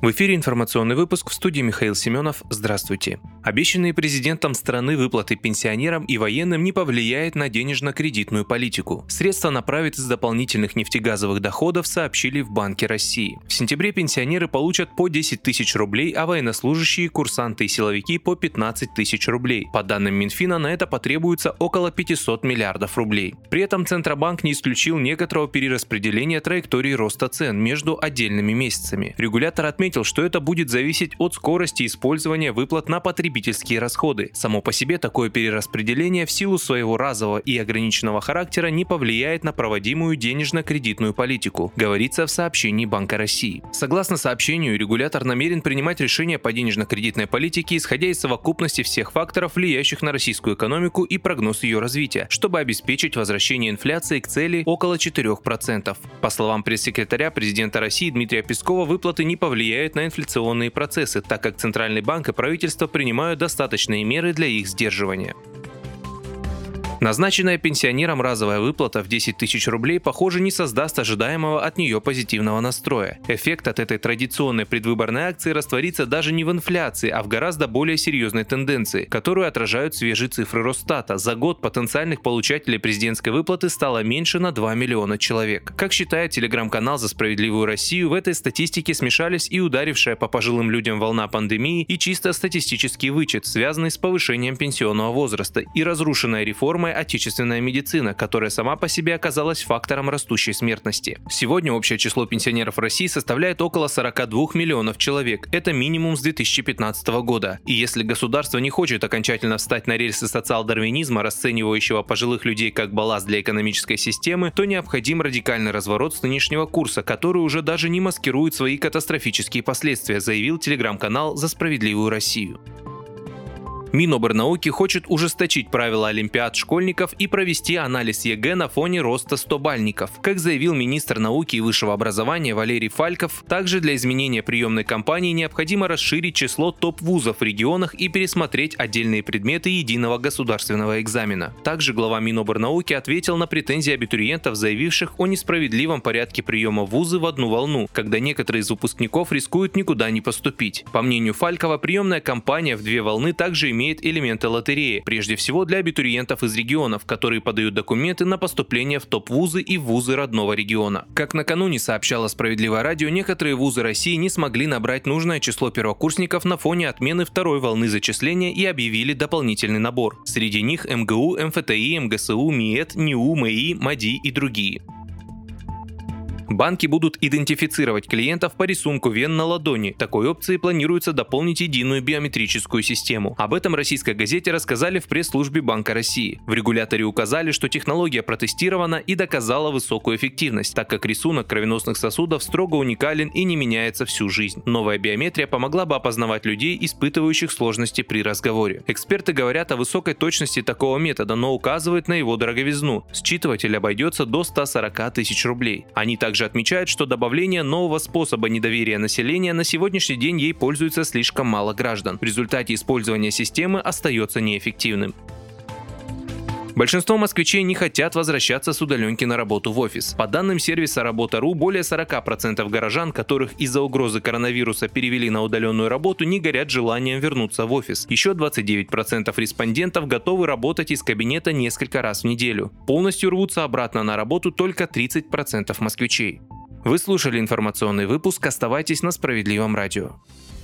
В эфире информационный выпуск, в студии Михаил Семенов. Здравствуйте. Обещанные президентом страны выплаты пенсионерам и военным не повлияет на денежно-кредитную политику. Средства направят из дополнительных нефтегазовых доходов, сообщили в Банке России. В сентябре пенсионеры получат по 10 тысяч рублей, а военнослужащие, курсанты и силовики по 15 тысяч рублей. По данным Минфина, на это потребуется около 500 миллиардов рублей. При этом Центробанк не исключил некоторого перераспределения траектории роста цен между отдельными месяцами. Регулятор отметил, что это будет зависеть от скорости использования выплат на потребительские расходы. Само по себе такое перераспределение в силу своего разового и ограниченного характера не повлияет на проводимую денежно-кредитную политику, говорится в сообщении Банка России. Согласно сообщению, регулятор намерен принимать решения по денежно-кредитной политике, исходя из совокупности всех факторов, влияющих на российскую экономику и прогноз ее развития, чтобы обеспечить возвращение инфляции к цели около 4%. По словам пресс-секретаря президента России Дмитрия Пескова, выплаты не повлияют на инфляционные процессы, так как Центральный банк и правительство принимают достаточные меры для их сдерживания. Назначенная пенсионерам разовая выплата в 10 тысяч рублей, похоже, не создаст ожидаемого от нее позитивного настроя. Эффект от этой традиционной предвыборной акции растворится даже не в инфляции, а в гораздо более серьезной тенденции, которую отражают свежие цифры Росстата. За год потенциальных получателей президентской выплаты стало меньше на 2 миллиона человек. Как считает телеграм-канал «За справедливую Россию», в этой статистике смешались и ударившая по пожилым людям волна пандемии, и чисто статистический вычет, связанный с повышением пенсионного возраста, и разрушенная реформа отечественная медицина, которая сама по себе оказалась фактором растущей смертности. Сегодня общее число пенсионеров в России составляет около 42 миллионов человек. Это минимум с 2015 года. И если государство не хочет окончательно встать на рельсы социал-дарвинизма, расценивающего пожилых людей как балласт для экономической системы, то необходим радикальный разворот с нынешнего курса, который уже даже не маскирует свои катастрофические последствия, заявил телеграм-канал «За справедливую Россию». Минобрнауки хочет ужесточить правила олимпиад школьников и провести анализ ЕГЭ на фоне роста 100-бальников. Как заявил министр науки и высшего образования Валерий Фальков, также для изменения приемной кампании необходимо расширить число топ-вузов в регионах и пересмотреть отдельные предметы единого государственного экзамена. Также глава Минобрнауки ответил на претензии абитуриентов, заявивших о несправедливом порядке приема в вузы в одну волну, когда некоторые из выпускников рискуют никуда не поступить. По мнению Фалькова, приемная кампания в две волны также имеет элементы лотереи, прежде всего для абитуриентов из регионов, которые подают документы на поступление в топ-вузы и в вузы родного региона. Как накануне сообщало «Справедливое радио», некоторые вузы России не смогли набрать нужное число первокурсников на фоне отмены второй волны зачисления и объявили дополнительный набор. Среди них МГУ, МФТИ, МГСУ, МИЭТ, НИУ, МЭИ, МАДИ и другие. Банки будут идентифицировать клиентов по рисунку вен на ладони. Такой опцией планируется дополнить единую биометрическую систему. Об этом российской газете рассказали в пресс-службе Банка России. В регуляторе указали, что технология протестирована и доказала высокую эффективность, так как рисунок кровеносных сосудов строго уникален и не меняется всю жизнь. Новая биометрия помогла бы опознавать людей, испытывающих сложности при разговоре. Эксперты говорят о высокой точности такого метода, но указывают на его дороговизну. Считыватель обойдется до 140 тысяч рублей. Они также отмечают, что добавление нового способа недоверия населения на сегодняшний день ей пользуется слишком мало граждан. В результате использование системы остается неэффективным. Большинство москвичей не хотят возвращаться с удаленки на работу в офис. По данным сервиса Работа.ру, более 40% горожан, которых из-за угрозы коронавируса перевели на удаленную работу, не горят желанием вернуться в офис. Еще 29% респондентов готовы работать из кабинета несколько раз в неделю. Полностью рвутся обратно на работу только 30% москвичей. Вы слушали информационный выпуск. Оставайтесь на Справедливом радио.